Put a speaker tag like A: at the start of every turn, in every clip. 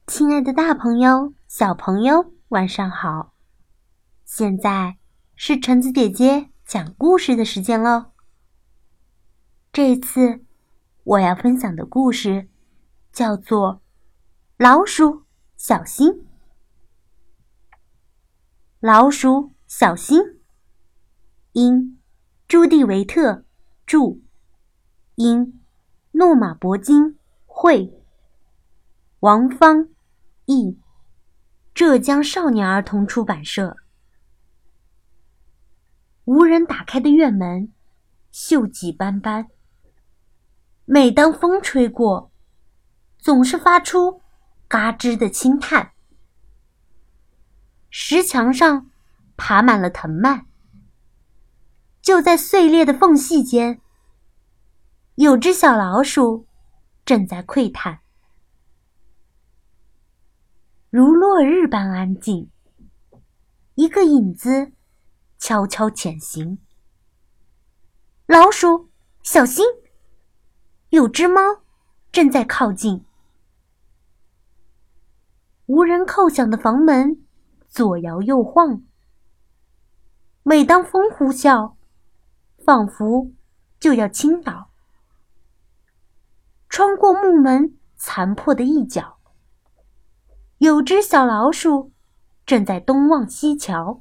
A: 亲爱的大朋友、小朋友，晚上好！现在是橙子姐姐讲故事的时间喽。这次我要分享的故事叫做《老鼠小心》。老鼠小心，因朱蒂维特著，因诺玛伯金绘，王芳译，浙江少年儿童出版社。无人打开的院门，锈迹斑斑。每当风吹过，总是发出嘎吱的轻叹。石墙上爬满了藤蔓，就在碎裂的缝隙间，有只小老鼠正在窥探。如落日般安静，一个影子悄悄潜行。老鼠，小心！有只猫正在靠近。无人叩响的房门左摇右晃，每当风呼啸，仿佛就要倾倒。穿过木门残破的一角，有只小老鼠正在东望西瞧。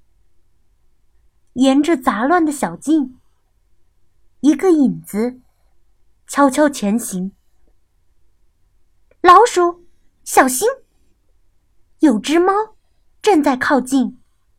A: 沿着杂乱的小径，一个影子悄悄前行。老鼠，小心！有只猫正在靠近。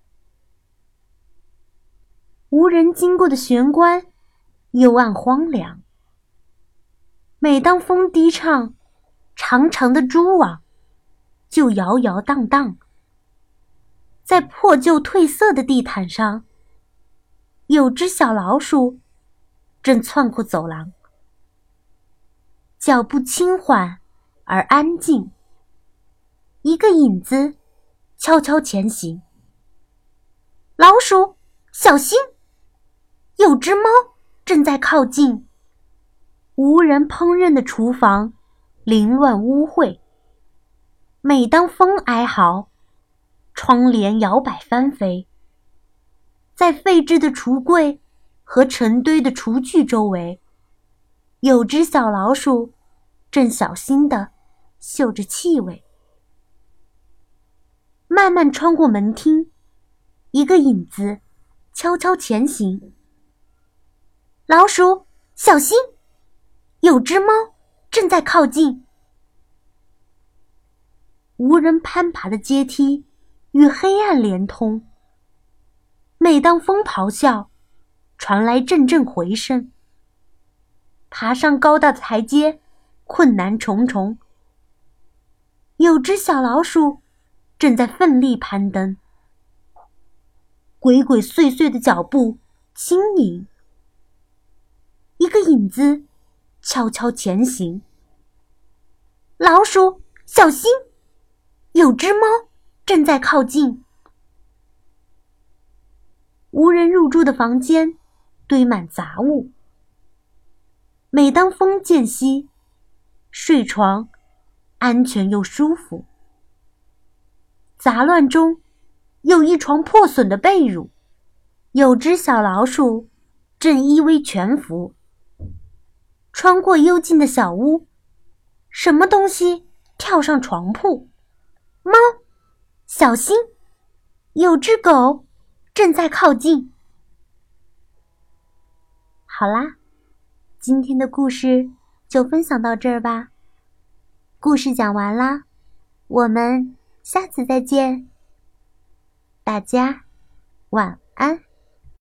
A: 无人经过的玄关幽暗荒凉。每当风低唱，长长的蛛网就摇摇荡荡。在破旧褪色的地毯上，有只小老鼠正窜过走廊，脚步轻缓而安静。一个影子悄悄前行。老鼠，小心！有只猫正在靠近。无人烹饪的厨房凌乱污秽。每当风哀嚎，窗帘摇摆翻飞。在废置的橱柜和成堆的厨具周围，有只小老鼠正小心地嗅着气味。慢慢穿过门厅，一个影子悄悄前行。老鼠，小心！有只猫正在靠近。无人攀爬的阶梯与黑暗连通。每当风咆哮，传来阵阵回声。爬上高大的台阶，困难重重。有只小老鼠正在奋力攀登。鬼鬼祟祟的脚步轻盈。一个影子悄悄前行。老鼠，小心！有只猫正在靠近。无人入住的房间堆满杂物。每当风渐息，睡床安全又舒服。杂乱中有一床破损的被褥，有只小老鼠正依偎蜷伏。穿过幽静的小屋，什么东西跳上床铺？猫，小心！有只狗正在靠近。好啦，今天的故事就分享到这儿吧。故事讲完啦，我们下次再见。大家晚安。